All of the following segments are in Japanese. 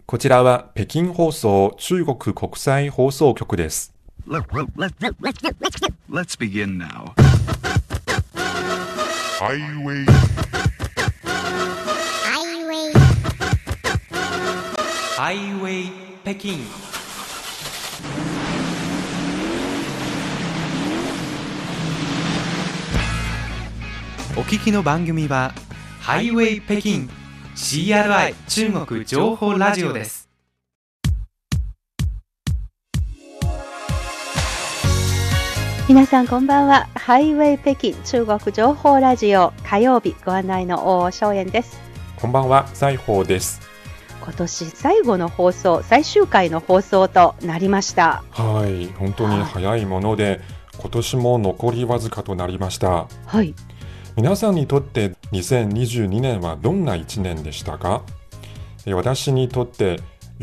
こちらは北京放送中国国際放送局です。 Let's begin now. Highway 北京。お聞きの番組はハイウェイ北京 CRI 中国情報ラジオです。 皆さんこんばんは。ハイウェイ北京中国情報ラジオ火曜日ご案内の大正円です。 こんばんは、財宝です。 今年最後の放送、最終回の放送となりました。 はい、本当に早いもので、今年も残りわずかとなりました。 はい。 皆さんにとって2022年はどんな1年でしたか？私にとって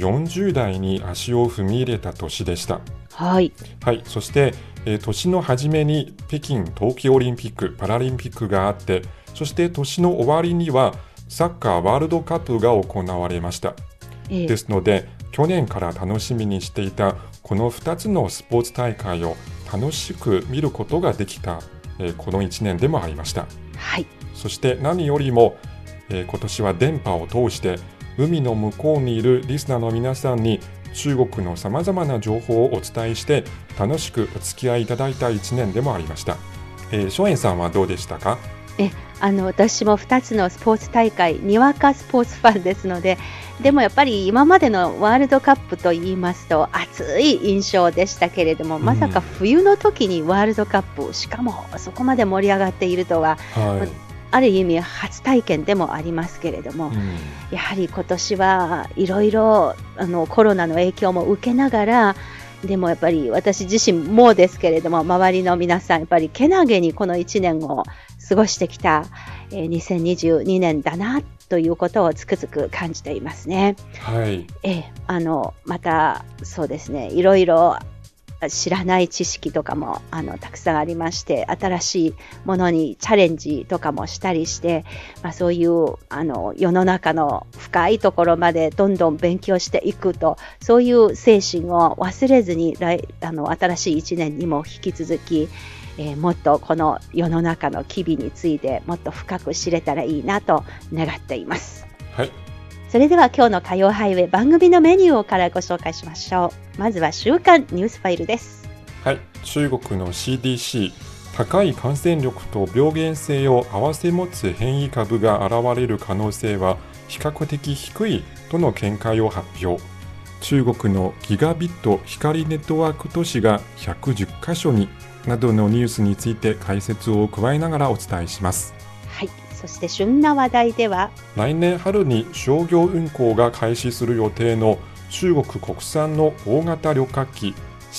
40代に足を踏み入れた年でした。 はい。 はい、そして年の初めに北京冬季オリンピック・パラリンピックがあって、そして年の終わりにはサッカーワールドカップが行われました。ですので、去年から楽しみにしていたこの2つのスポーツ大会を楽しく見ることができた、この1年でもありました。 はい。 そして何よりも、今年は電波を通して海の向こうにいるリスナーの皆さんに中国のさまざまな情報をお伝えして楽しくお付き合いいただいた1年でもありました。松園さんはどうでしたか？ 私も2つのスポーツ大会、にわかスポーツファンですので、でもやっぱり今までのワールドカップといいますと熱い印象でしたけれども、まさか冬の時にワールドカップ、しかもそこまで盛り上がっているとは、ある意味初体験でもありますけれども、やはり今年はいろいろコロナの影響も受けながら、でもやっぱり私自身もですけれども、周りの皆さんやっぱりけなげにこの1年を過ごしてきた、2022年だなということをつくづく感じていますね。 はい。 またそうですね、いろいろ知らない知識とかもたくさんありまして、新しいものにチャレンジとかもしたりして、そういう世の中の深いところまでどんどん勉強していくと、そういう精神を忘れずに新しい1年にも引き続き、もっとこの世の中の機微についてもっと深く知れたらいいなと願っています。 はい。 それでは今日の火曜ハイウェイ番組のメニューをからご紹介しましょう。まずは週刊ニュースファイルです。 はい。中国の CDC、 高い感染力と病原性を併せ持つ変異株が現れる可能性は比較的低いとの見解を発表。中国のギガビット光ネットワーク都市が110カ所になどのニュースについて解説を加えながらお伝えします。 はい。そして旬な話題では、 来年春に商業運航が開始する予定の中国国産の大型旅客機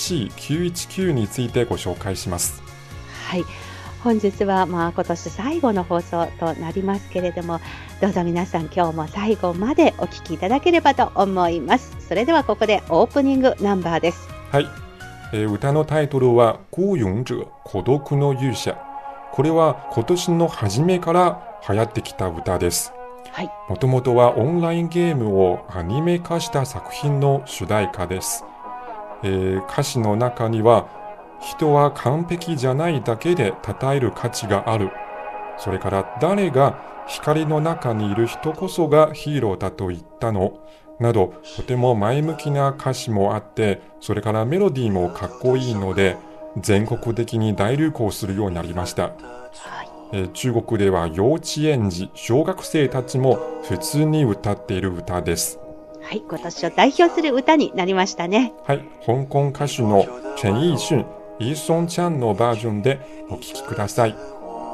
C919 についてご紹介します。 はい。本日は今年最後の放送となりますけれども、どうぞ皆さん今日も最後までお聞きいただければと思います。それではここでオープニングナンバーです。 はい。歌のタイトルは孤勇者、孤独の勇者。これは今年の初めから流行ってきた歌です。もともとはオンラインゲームをアニメ化した作品の主題歌です。歌詞の中には、人は完璧じゃないだけで称える価値がある。それから誰が光の中にいる人こそがヒーローだと言ったのなど、とても前向きな歌詞もあって、それからメロディーもかっこいいので全国的に大流行するようになりました。中国では幼稚園児、小学生たちも普通に歌っている歌です。 はい、今年を代表する歌になりましたね。 はい、香港歌手の陳奕迅、イ・ソンチャンのバージョンでお聴きください。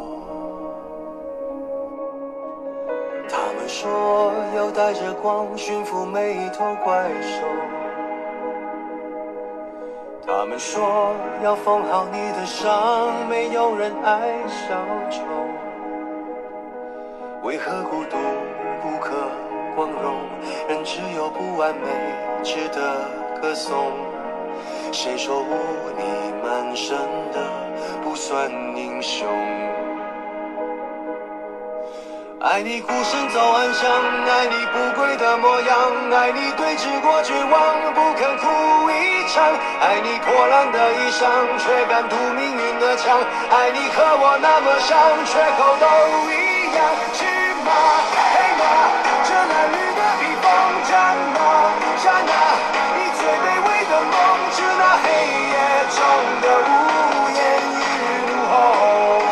他们说要带着光驯服每一头怪兽，他们说要缝好你的伤，没有人爱小丑。为何孤独不可光荣？人只有不完美值得歌颂。谁说污泥满身的不算英雄？ 爱你孤身走暗巷，爱你不跪的模样，爱你对峙过绝望，不肯哭一场，爱你破烂的衣裳，却敢堵命运的枪，爱你和我那么像，缺口都一样。去马黑马，这褴褛的披风，战马战马，你最卑微的梦，致那黑夜中的无言与怒吼。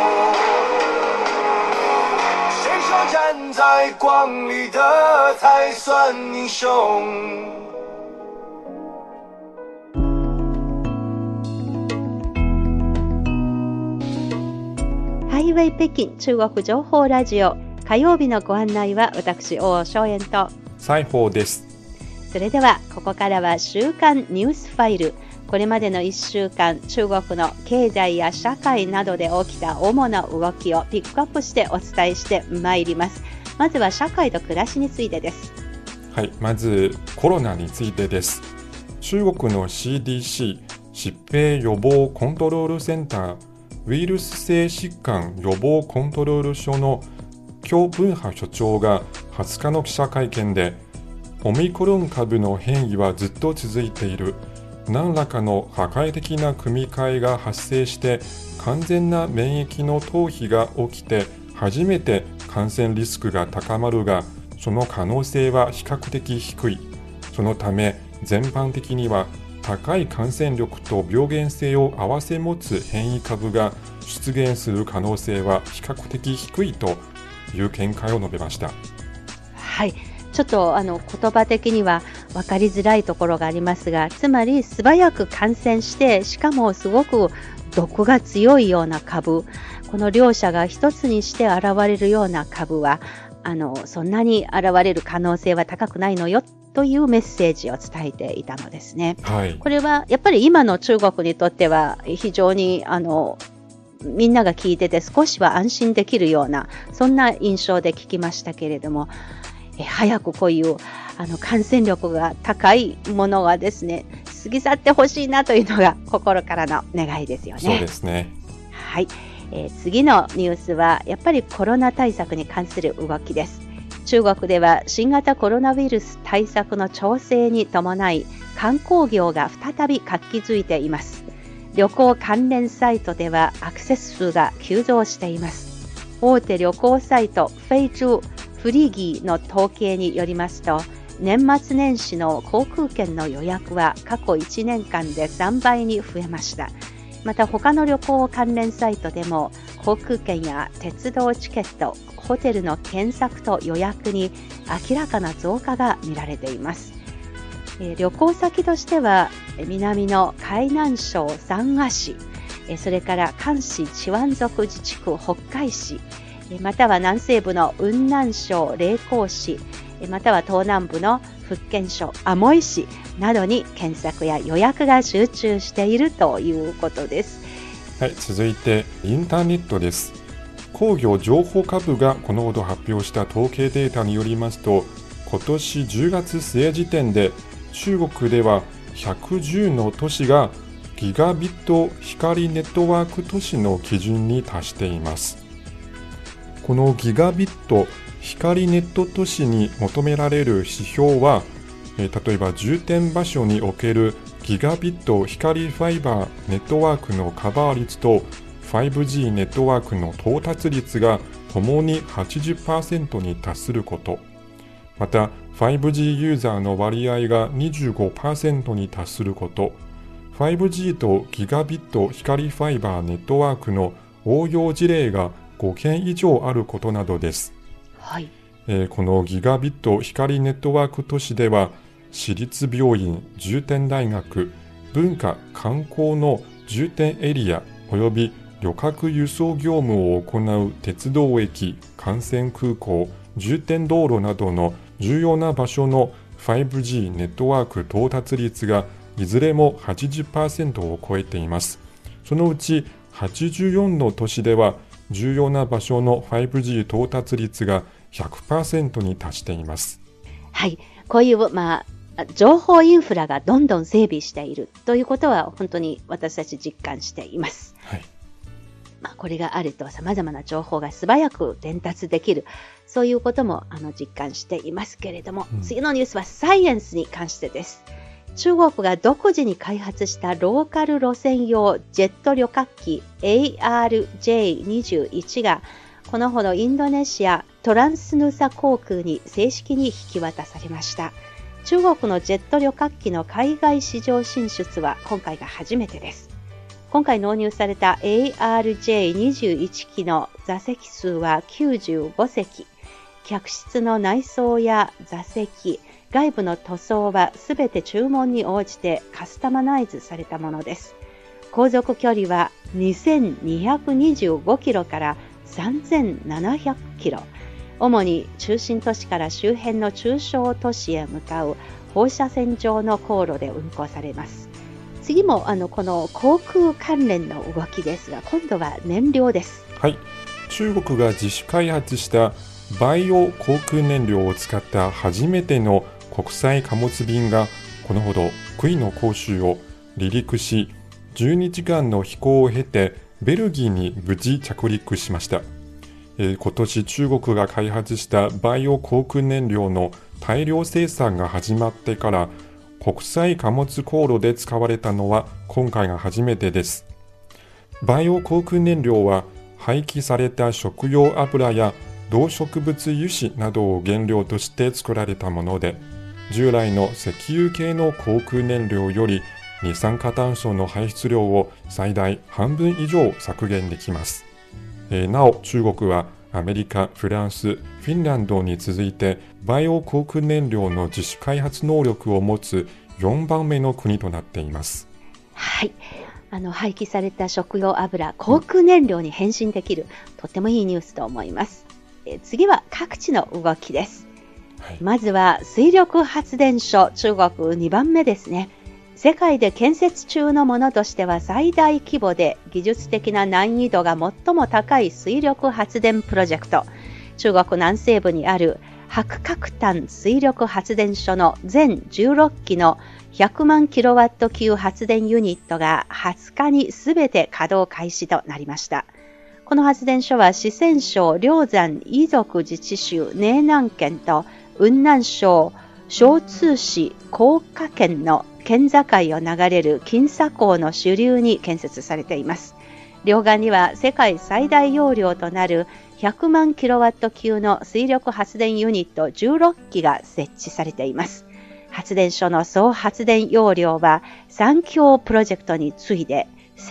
站在光里的才算英雄。 ハイウェイ北京中国情報ラジオ、火曜日のご案内は私王正円と裁縫です。 それではここからは週刊ニュースファイル、これまでの1週間中国の経済や社会などで起きた主な動きをピックアップしてお伝えしてまいります。まずは社会と暮らしについてです。 はい、まずコロナについてです。中国の CDC 疾病予防コントロールセンターウイルス性疾患予防コントロール所の姜文波所長が20日の記者会見で、オミクロン株の変異はずっと続いている。何らかの破壊的な組み換えが発生して完全な免疫の逃避が起きて初めて感染リスクが高まるが、その可能性は比較的低い。そのため全般的には高い感染力と病原性を併せ持つ変異株が出現する可能性は比較的低いという見解を述べました。 はい、ちょっと言葉的には分かりづらいところがありますが、つまり素早く感染してしかもすごく毒が強いような株、この両者が一つにして現れるような株はそんなに現れる可能性は高くないのよというメッセージを伝えていたのですね。 はい、 これはやっぱり今の中国にとっては非常にみんなが聞いてて少しは安心できるようなそんな印象で聞きましたけれども、早くこういう感染力が高いものはですね過ぎ去ってほしいなというのが心からの願いですよね。 そうですね。 はい、次のニュースはやっぱりコロナ対策に関する動きです。中国では新型コロナウイルス対策の調整に伴い観光業が再び活気づいています。旅行関連サイトではアクセス数が急増しています。大手旅行サイトフェイジュフリギーの統計によりますと、年末年始の航空券の予約は過去1年間で3倍に増えました。また他の旅行関連サイトでも航空券や鉄道チケット、ホテルの検索と予約に明らかな増加が見られています。旅行先としては南の海南省三河市、それから広西チワン族自治区北海市、または南西部の雲南省麗江市、または東南部の福建省アモイ市などに検索や予約が集中しているということです。 はい、続いてインターネットです。工業情報科部がこのほど発表した統計データによりますと、今年10月末時点で中国では110の都市がギガビット光ネットワーク都市の基準に達しています。このギガビット光ネット都市に求められる指標は、例えば重点場所におけるギガビット光ファイバーネットワークのカバー率と 5G ネットワークの到達率がともに 80% に達すること、また 5G ユーザーの割合が 25% に達すること、5G とギガビット光ファイバーネットワークの応用事例が5件以上あることなどです。 はい、 このギガビット光ネットワーク都市では私立病院、重点大学、文化・観光の重点エリアおよび旅客輸送業務を行う鉄道駅、幹線空港、重点道路などの重要な場所の 5G ネットワーク到達率がいずれも 80% を超えています。そのうち84の都市では重要な場所の 5G 到達率が 100% に達しています。 はい、こういう、情報インフラがどんどん整備しているということは本当に私たち実感しています。 はい、 これがあると様々な情報が素早く伝達できる、そういうことも実感していますけれども、次のニュースはサイエンスに関してです。中国が独自に開発したローカル路線用ジェット旅客機 ARJ21 がこのほどインドネシアトランスヌサ航空に正式に引き渡されました。中国のジェット旅客機の海外市場進出は今回が初めてです。今回納入された ARJ21 機の座席数は95席、客室の内装や座席、外部の塗装はすべて注文に応じてカスタマイズされたものです。航続距離は2225キロから3700キロ。主に中心都市から周辺の中小都市へ向かう放射線状の航路で運航されます。次もこの航空関連の動きですが、今度は燃料です。 はい、中国が自主開発したバイオ航空燃料を使った初めての国際貨物便がこのほど杭の広州を離陸し、12時間の飛行を経てベルギーに無事着陸しました。今年中国が開発したバイオ航空燃料の大量生産が始まってから国際貨物航路で使われたのは今回が初めてです。バイオ航空燃料は廃棄された食用油や動植物油脂などを原料として作られたもので、従来の石油系の航空燃料より二酸化炭素の排出量を最大半分以上削減できます。なお中国はアメリカ、フランス、フィンランドに続いてバイオ航空燃料の自主開発能力を持つ4番目の国となっています。 はい、廃棄された食用油、航空燃料に変身できる、とてもいいニュースと思います。次は各地の動きです。まずは水力発電所、中国2番目ですね。世界で建設中のものとしては最大規模で技術的な難易度が最も高い水力発電プロジェクト。中国南西部にある白鶴潭水力発電所の全16基の100万キロワット級発電ユニットが20日にすべて稼働開始となりました。この発電所は四川省涼山彝族自治州寧南県と雲南省小通市黄河県の県境を流れる金沙江の主流に建設されています。両岸には世界最大容量となる100万キロワット級の水力発電ユニット16基が設置されています。発電所の総発電容量は三峡プロジェクトに次いで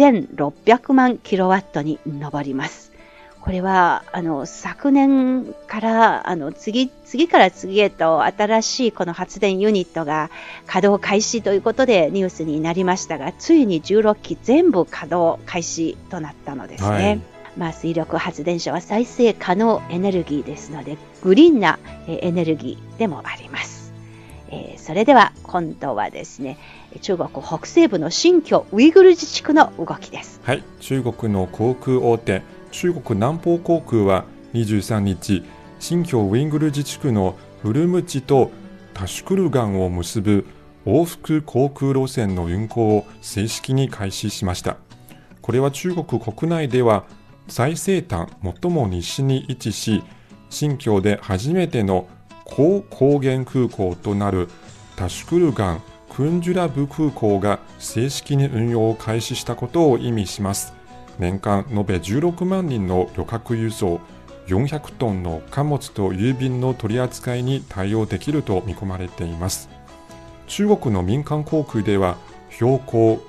1600万キロワットに上ります。これは昨年から次から次へと新しいこの発電ユニットが稼働開始ということでニュースになりましたが、ついに16基全部稼働開始となったのですね。水力発電所は再生可能エネルギーですのでグリーンなエネルギーでもあります。それでは今度はですね、中国北西部の新疆ウイグル自治区の動きです。 はい、中国の航空大手中国南方航空は23日、新疆ウイグル自治区のウルムチとタシュクルガンを結ぶ往復航空路線の運航を正式に開始しました。これは中国国内では最西端、最も西に位置し、新疆で初めての高高原空港となるタシュクルガン・クンジュラブ空港が正式に運用を開始したことを意味します。年間延べ16万人の旅客輸送、400トンの貨物と郵便の取り扱いに対応できると見込まれています。中国の民間航空では標高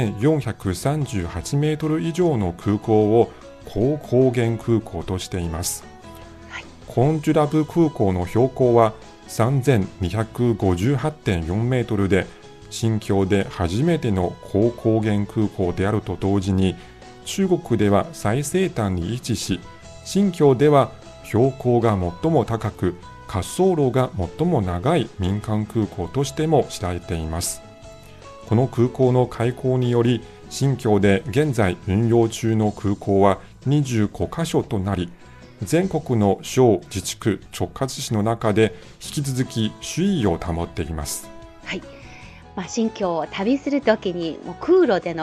2438メートル以上の空港を高高原空港としています。コンジュラブ空港の標高は 3258.4 メートルで、新疆で初めての高高原空港であると同時に、中国では最西端に位置し、新疆では標高が最も高く、滑走路が最も長い民間空港としても知られています。この空港の開港により、新疆で現在運用中の空港は25カ所となり、全国の省、自治区、直轄市の中で引き続き首位を保っています。 はい、新疆を旅するときに空路での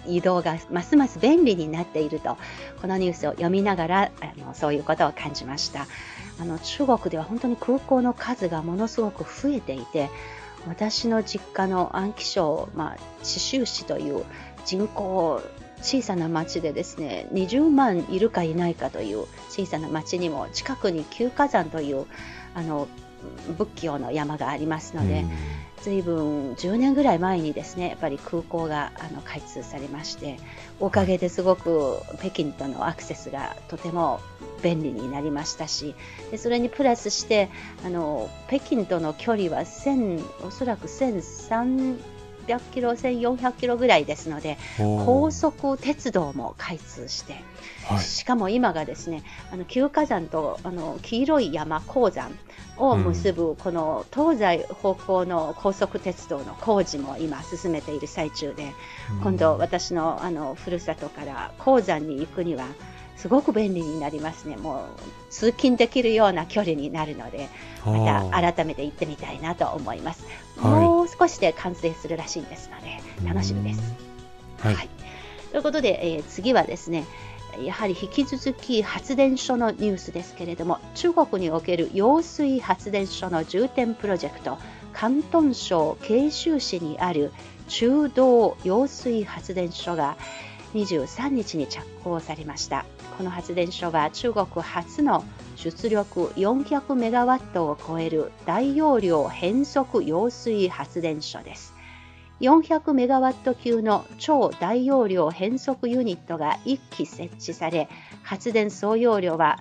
移動がますます便利になっていると、このニュースを読みながらそういうことを感じました。中国では本当に空港の数がものすごく増えていて、私の実家の安徽省、知州市という人口小さな町でですね、20万いるかいないかという小さな町にも近くに旧火山という仏教の山がありますので、随分10年ぐらい前にですね、やっぱり空港が開通されまして、おかげですごく北京とのアクセスがとても便利になりましたし、でそれにプラスして北京との距離はおそらく1300キロ、1400キロぐらいですので、高速鉄道も開通して、しかも今がですね、旧火山と黄色い山黄山を結ぶこの東西方向の高速鉄道の工事も今進めている最中で、今度私のふるさとから黄山に行くにはすごく便利になりますね。もう通勤できるような距離になるので、また改めて行ってみたいなと思います。もう少しで完成するらしいんですので楽しみです。ということで、次はですね、やはり引き続き発電所のニュースですけれども、中国における揚水発電所の重点プロジェクト、広東省慶州市にある中道揚水発電所が23日に着工されました。この発電所は中国初の出力400メガワットを超える大容量変速揚水発電所です。400メガワット級の超大容量変速ユニットが1基設置され、発電総容量は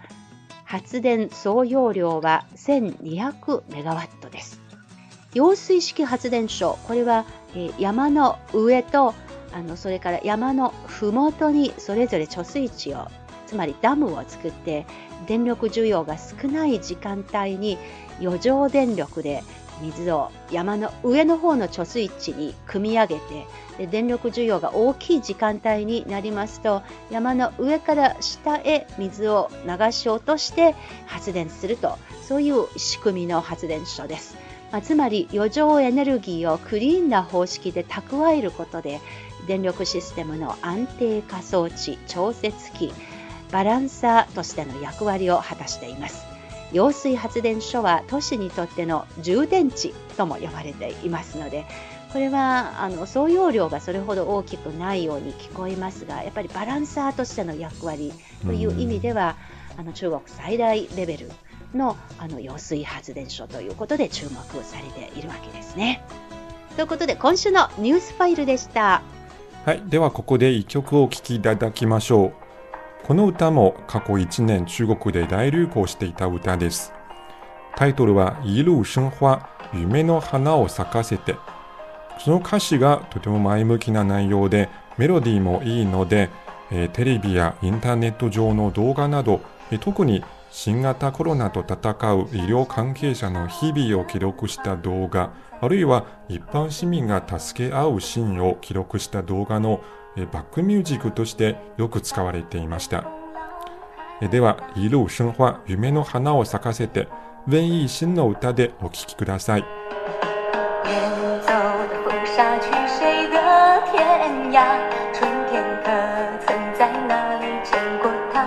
1200メガワットです。揚水式発電所、これは山の上とそれから山のふもとにそれぞれ貯水池を、つまりダムを作って、電力需要が少ない時間帯に余剰電力で水を山の上の方の貯水池に汲み上げて、で電力需要が大きい時間帯になりますと、山の上から下へ水を流し落として発電すると、そういう仕組みの発電所です。つまり余剰エネルギーをクリーンな方式で蓄えることで、電力システムの安定化装置、調節器、バランサーとしての役割を果たしています。揚水発電所は都市にとっての充電池とも呼ばれていますので、これは総容量がそれほど大きくないように聞こえますが、やっぱりバランサーとしての役割という意味では、中国最大レベルの揚水発電所ということで注目されているわけですね。ということで、今週のニュースファイルでした。 はい、ではここで一曲をお聴きいただきましょう。この歌も過去1年中国で大流行していた歌です。タイトルは一路生花、夢の花を咲かせて。その歌詞がとても前向きな内容で、メロディーもいいので、テレビやインターネット上の動画など、特に新型コロナと戦う医療関係者の日々を記録した動画、あるいは一般市民が助け合うシーンを記録した動画のバックミュージックとしてよく使われていました。では、一路生花、夢の花を咲かせて、文藝新の歌でお聴きください。 远走的风沙去谁的天涯，春天可曾在哪里见过他？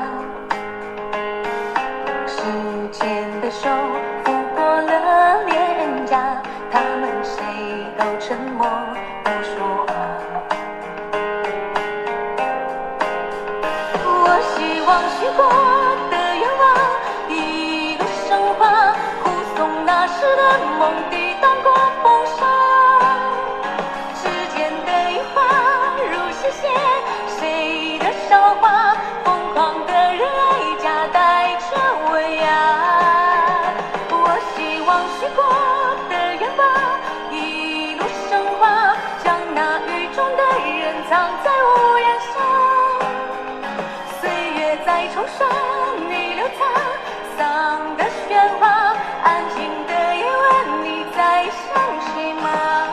时间的手抚过了脸颊，他们谁都沉默不说话。我希望许过的愿望一路生花，护送那时的梦抵挡过风沙。时间的樱花如鲜血，谁的韶华，疯狂的热爱夹带着威压。我希望许过的愿望一路生花，将那雨中的人藏在屋檐下。岁月在冲刷你流淌丧的喧哗，安静的夜晚你在想谁吗？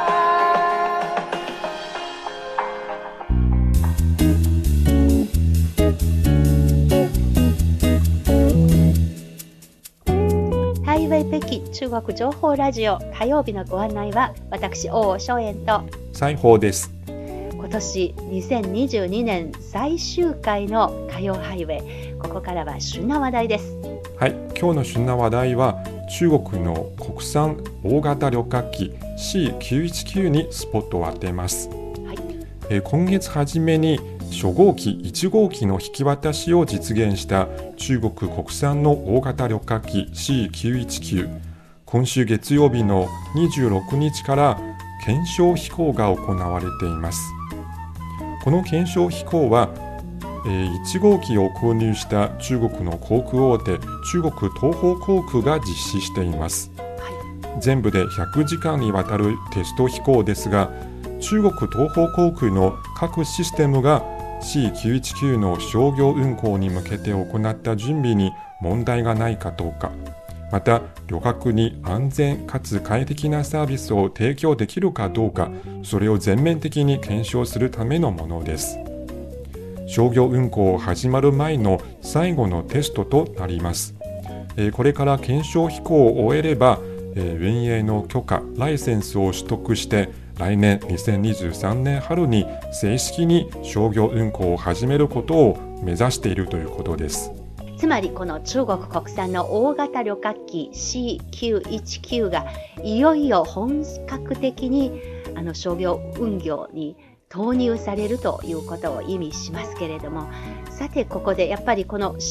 ハイウェイ北京中国情報ラジオ、火曜日のご案内は私、大尾翔燕と西宝です。 こ今年2022年最終回の火曜ハイウェイ、ここからは旬な話題です。 はい、今日の旬な話題は中国の国産大型旅客機 C919 にスポットを当てます。はい、今月初めに初号機1号機の引き渡しを実現した中国国産の大型旅客機 C919、今週月曜日の26日から検証飛行が行われています。この検証飛行は1号機を購入した中国の航空大手中国東方航空が実施しています。はい、全部で100時間にわたるテスト飛行ですが、中国東方航空の各システムが C919 の商業運航に向けて行った準備に問題がないかどうか、また旅客に安全かつ快適なサービスを提供できるかどうか、それを全面的に検証するためのものです。商業運航始まる前の最後のテストとなります。これから検証飛行を終えれば、運営の許可、ライセンスを取得して来年2023年春に正式に商業運航を始めることを目指しているということです。 つまりこの中国国産の大型旅客機 C919 がいよいよ本格的に商業運業に投入されるということを意味しますけれども、さてここでやっぱりこの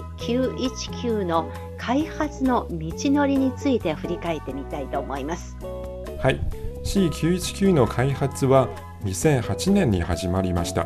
C919 の開発の道のりについて振り返ってみたいと思います。 はい、C919 の開発は2008年に始まりました。はい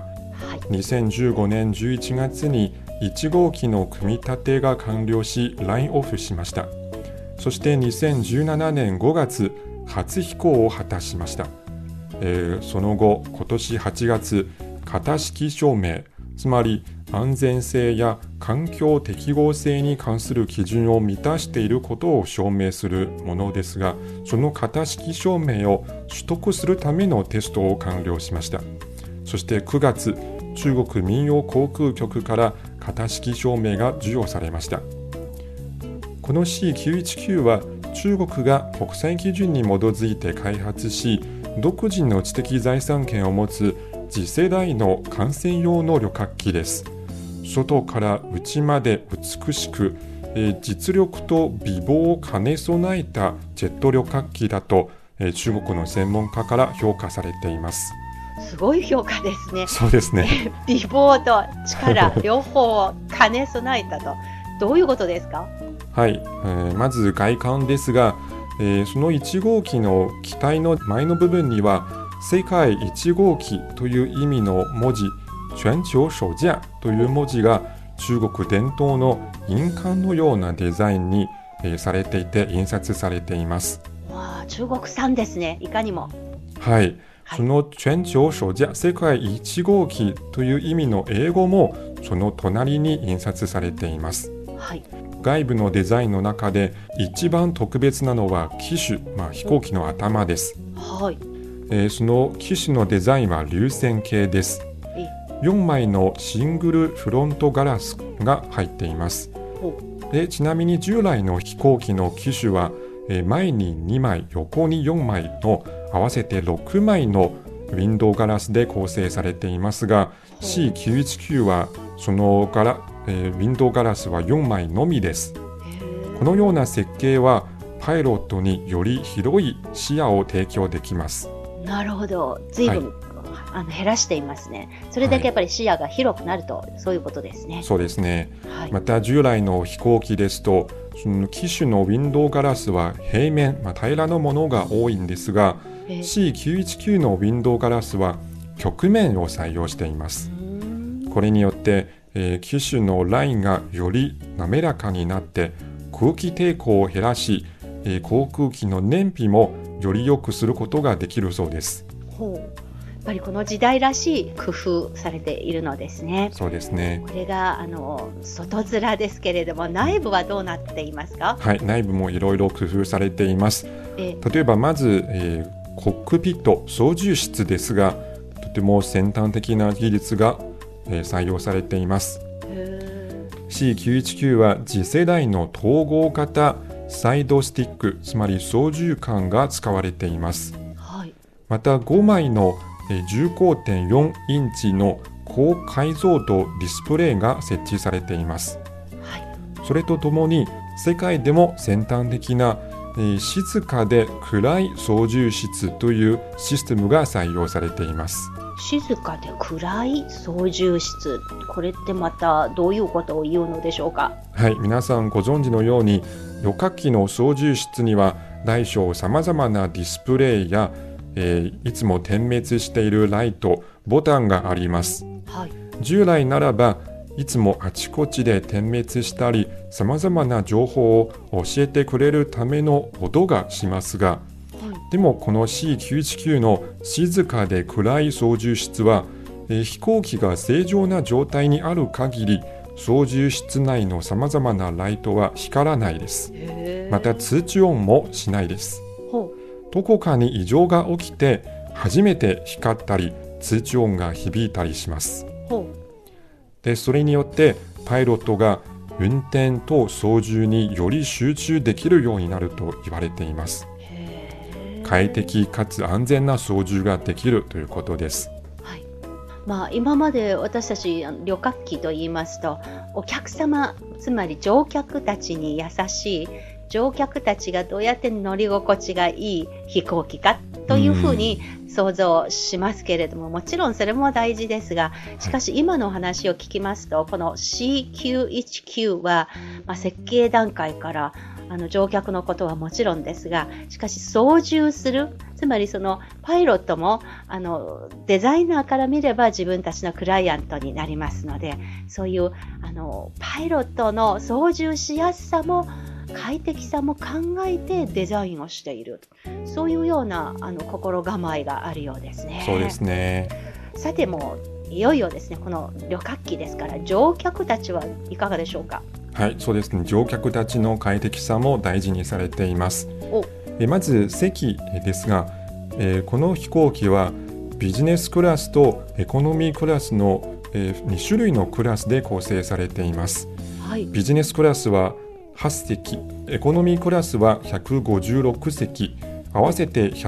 、2015年11月に1号機の組み立てが完了しラインオフしました。そして2017年5月初飛行を果たしました。その後今年8月型式証明、つまり安全性や環境適合性に関する基準を満たしていることを証明するものですが、その型式証明を取得するためのテストを完了しました。そして9月中国民用航空局から型式証明が授与されました。この C919 は中国が国際基準に基づいて開発し、独自の知的財産権を持つ次世代の艦船用の旅客機です。外から内まで美しく、実力と美貌を兼ね備えたジェット旅客機だと、中国の専門家から評価されています。 すごい評価ですね。 そうですね。 美貌と力両方を兼ね備えたと、どういうことですか？ はい、まず外観ですが、その1号機の機体の前の部分には世界1号機という意味の文字、全球首架という文字が中国伝統の印鑑のようなデザインに、されていて印刷されています。 わあ、中国産ですね。いかにも。 はい、その全球首架、世界1号機という意味の英語もその隣に印刷されています。はい、外部のデザインの中で一番特別なのは機首、飛行機の頭です。はい、その機首のデザインは流線形です。4枚のシングルフロントガラスが入っています。ちなみに従来の飛行機の機首は前に2枚横に4枚の合わせて6枚のウィンドウガラスで構成されていますが、 C919 はそのウィンドウガラスは4枚のみです。このような設計はパイロットにより広い視野を提供できます。 なるほど、随分、減らしていますね。それだけやっぱり視野が広くなると、そういうことですね。 そうですね。また従来の飛行機ですと、その機種のウィンドウガラスは平面、平らなものが多いんですが、C919 のウィンドウガラスは曲面を採用しています。これによって、機種のラインがより滑らかになって空気抵抗を減らし、航空機の燃費もより良くすることができるそうです。 やっぱりこの時代らしい工夫されているのですね。 そうですね。 これが外面ですけれども、内部はどうなっていますか？ はい、内部もいろいろ工夫されています。例えばまず、コックピット操縦室ですが、とても先端的な技術が、採用されています。C919 は次世代の統合型サイドスティック、つまり操縦桿が使われています。また5枚の 15.4 インチの高解像度ディスプレイが設置されています。それとともに世界でも先端的な静かで暗い操縦室というシステムが採用されています。 静かで暗い操縦室、これってまたどういうことを言うのでしょうか。 はい、皆さんご存知のように旅客機の操縦室には大小さまざまなディスプレイや、いつも点滅しているライト、ボタンがあります。従来ならばいつもあちこちで点滅したりさまざまな情報を教えてくれるための音がしますが、でもこの C919 の静かで暗い操縦室は、飛行機が正常な状態にある限り操縦室内のさまざまなライトは光らないです。また通知音もしないです。どこかに異常が起きて初めて光ったり通知音が響いたりします。でそれによってパイロットが運転と操縦により集中できるようになると言われています。快適かつ安全な操縦ができるということです。 今まで私たち旅客機と言いますと、お客様、つまり乗客たちに優しい、乗客たちがどうやって乗り心地がいい飛行機かというふうに想像しますけれども、もちろんそれも大事ですが、しかし今のお話を聞きますと、この C919 は、設計段階から乗客のことはもちろんですが、しかし操縦する、つまりそのパイロットもデザイナーから見れば自分たちのクライアントになりますので、そういうパイロットの操縦しやすさも快適さも考えてデザインをしている、そういうような心構えがあるようですね。 そうですね。 さてもういよいよですね、この旅客機ですから乗客たちはいかがでしょうか。 はい、そうですね。乗客たちの快適さも大事にされています。まず席ですが、この飛行機はビジネスクラスとエコノミークラスの、2種類のクラスで構成されています。ビジネスクラスは8席、エコノミークラスは156席、合わせて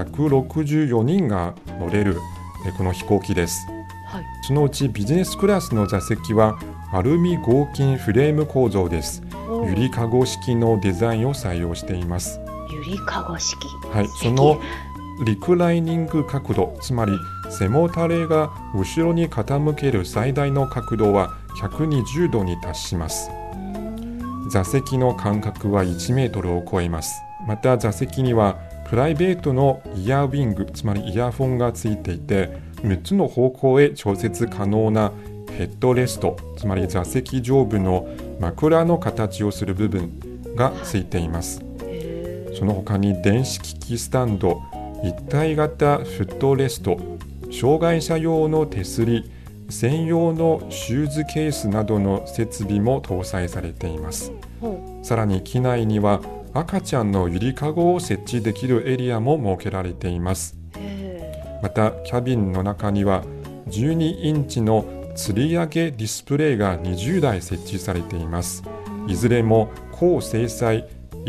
164人が乗れるこの飛行機です。そのうちビジネスクラスの座席はアルミ合金フレーム構造です。ゆりかご式のデザインを採用しています。 ゆりかご式、 そのリクライニング角度、つまり背もたれが後ろに傾ける最大の角度は120度に達します。座席の間隔は1メートルを超えます。また座席にはプライベートのイヤーウィング、つまりイヤフォンがついていて、6つの方向へ調節可能なヘッドレスト、つまり座席上部の枕の形をする部分がついています。その他に電子機器スタンド、一体型フットレスト、障害者用の手すり、専用のシューズケースなどの設備も搭載されています。さらに機内には赤ちゃんのゆりかごを設置できるエリアも設けられています。またキャビンの中には12インチの吊り上げディスプレイが20台設置されています。いずれも高精細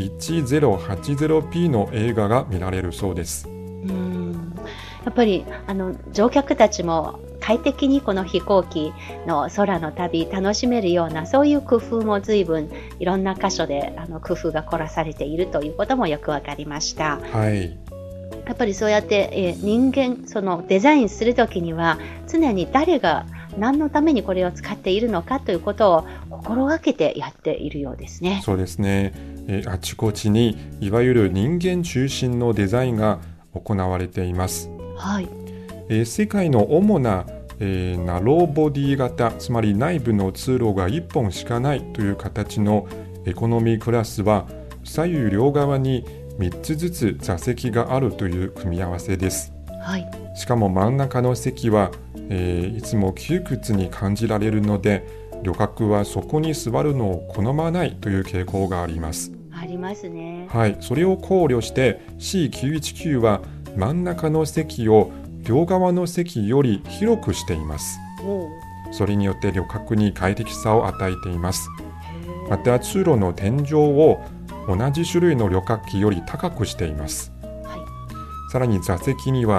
1080p の映画が見られるそうです。 やっぱり乗客たちも快適にこの飛行機の空の旅楽しめるような、そういう工夫も随分いろんな箇所で工夫が凝らされているということもよくわかりました。やっぱりそうやって、人間そのデザインするときには常に誰が何のためにこれを使っているのかということを心がけてやっているようですね。 そうですね。あちこちにいわゆる人間中心のデザインが行われています。世界の主な、ナローボディ型、つまり内部の通路が1本しかないという形のエコノミークラスは左右両側に3つずつ座席があるという組み合わせです。しかも真ん中の席は、いつも窮屈に感じられるので、旅客はそこに座るのを好まないという傾向があります。 ありますね。 それを考慮して C919 は真ん中の席を両側の席より広くしています。それによって旅客に快適さを与えています。また通路の天井を同じ種類の旅客機より高くしています。さらに座席には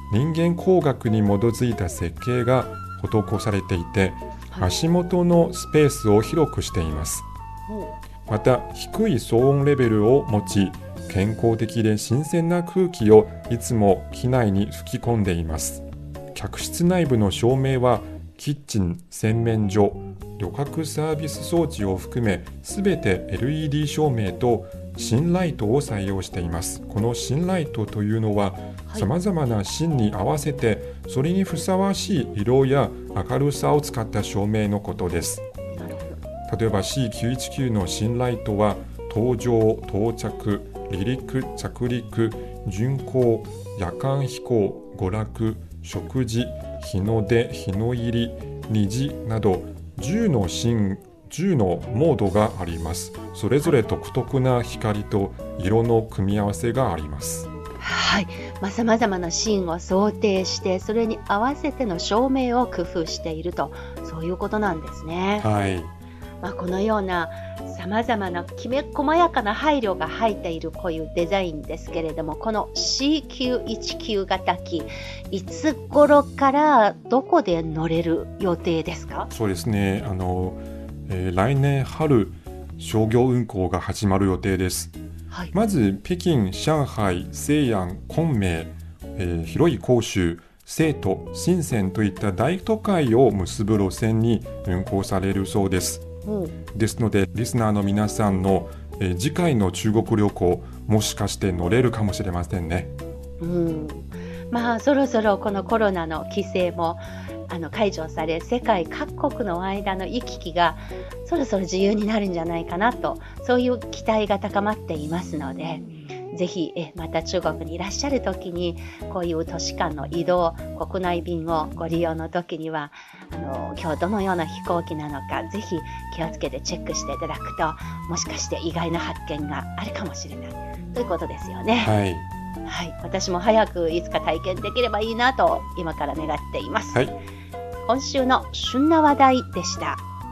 人間工学に基づいた設計が施されていて、足元のスペースを広くしています。また低い騒音レベルを持ち、健康的で新鮮な空気をいつも機内に吹き込んでいます。客室内部の照明はキッチン、洗面所、旅客サービス装置を含めすべて LED 照明と新ライトを採用しています。この新ライトというのはさまざまなシーンに合わせてそれにふさわしい色や明るさを使った照明のことです。例えば C919 の新ライトは搭乗、到着、離陸、着陸、巡航、夜間飛行、娯楽、食事、日の出、日の入り、虹など10のモードがあります。それぞれ独特な光と色の組み合わせがあります。 はい、さまざまなシーンを想定してそれに合わせての照明を工夫していると、そういうことなんですね。 はい。 このようなさまざまなきめ細やかな配慮が入っているこういうデザインですけれども、この C919 型機、いつ頃からどこで乗れる予定ですか？ そうですね、来年春商業運行が始まる予定です。はい、まず北京、上海、西安、昆明、広い広州、成都、深センといった大都会を結ぶ路線に運行されるそうです。ですのでリスナーの皆さんの、次回の中国旅行もしかして乗れるかもしれませんね。 そろそろこのコロナの規制も解除され、世界各国の間の行き来がそろそろ自由になるんじゃないかなと、そういう期待が高まっていますので、ぜひまた中国にいらっしゃる時にこういう都市間の移動、国内便をご利用の時には今日どのような飛行機なのか、ぜひ気をつけてチェックしていただくと、もしかして意外な発見があるかもしれないということですよね。 はいはい、私も早くいつか体験できればいいなと今から願っています。はい、今週の旬な話題でした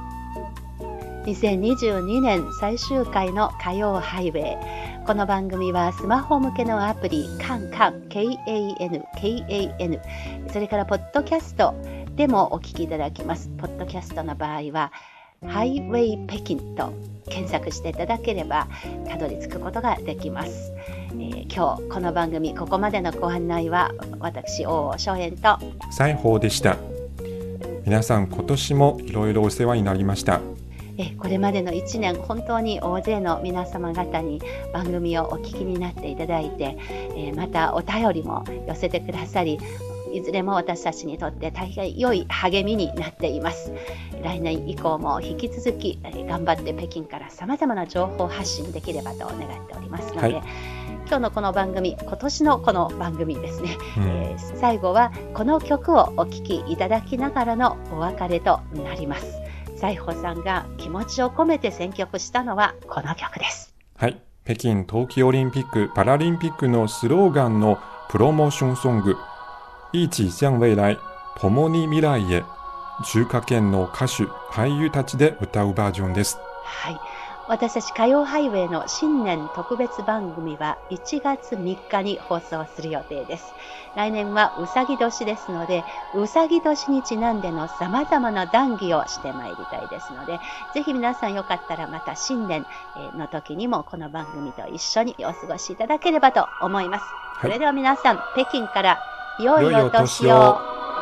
。2022年最終回の火曜ハイウェイ。この番組はスマホ向けのアプリカンカン KAN それからポッドキャストでもお聞きいただきます。ポッドキャストの場合はハイウェイ北京と検索していただければたどり着くことができます。今日この番組ここまでのご案内は私大尾翔燕と西宝でした。皆さん今年もいろいろお世話になりました。 これまでの1年本当に大勢の皆様方に番組をお聞きになっていただいて、またお便りも寄せてくださり、いずれも私たちにとって大変良い励みになっています。来年以降も引き続き頑張って北京からさまざまな情報発信できればと願っておりますので、今日のこの番組、今年のこの番組ですね、最後はこの曲をお聴きいただきながらのお別れとなります。西宝さんが気持ちを込めて選曲したのはこの曲です。 はい、北京冬季オリンピック・パラリンピックのスローガンのプロモーションソング、一起向未来、共に未来へ、中華圏の歌手・俳優たちで歌うバージョンです。 はい、私たち火曜ハイウェイの新年特別番組は1月3日に放送する予定です。来年はうさぎ年ですので、うさぎ年にちなんでのさまざまな談義をしてまいりたいですので、ぜひ皆さんよかったらまた新年の時にもこの番組と一緒にお過ごしいただければと思います。それでは皆さん、北京から良いお年を。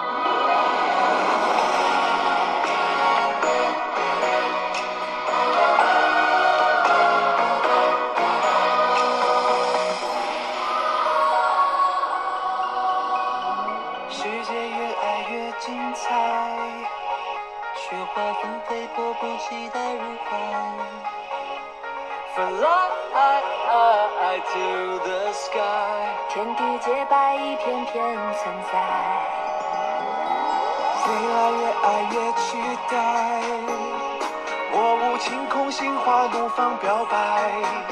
To the sky， 天地洁白一片片存在，越来越爱越期待，我无情空心花怒放表白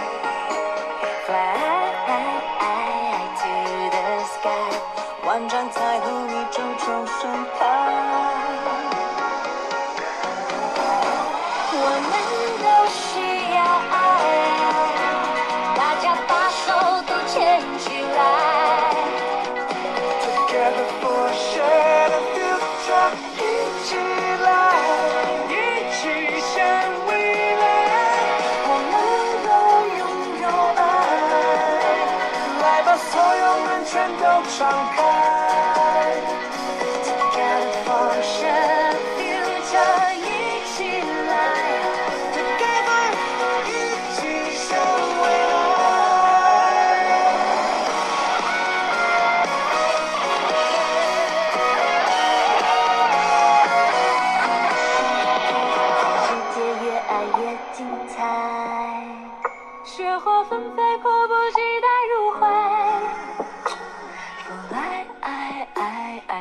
Fly to the sky， 万丈彩虹你重重盛开，我们都需要爱，大家把手都牵起来 Together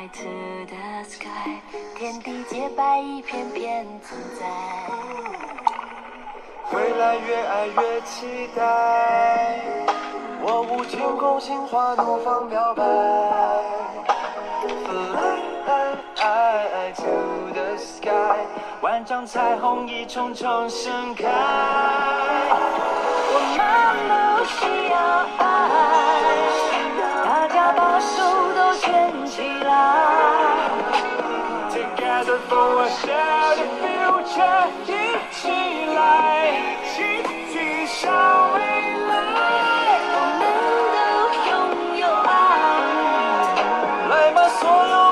Fly to the sky， 天地洁白一片片自在。 未来越爱越期待，我无天空心花怒放表白。Fly to the sky， 万丈彩虹一重重盛开。 我们不需要爱，大家把手都牵起来。 Together for a shared future， 一起来，集体向未来。 我们都拥有爱， 来吧，所有。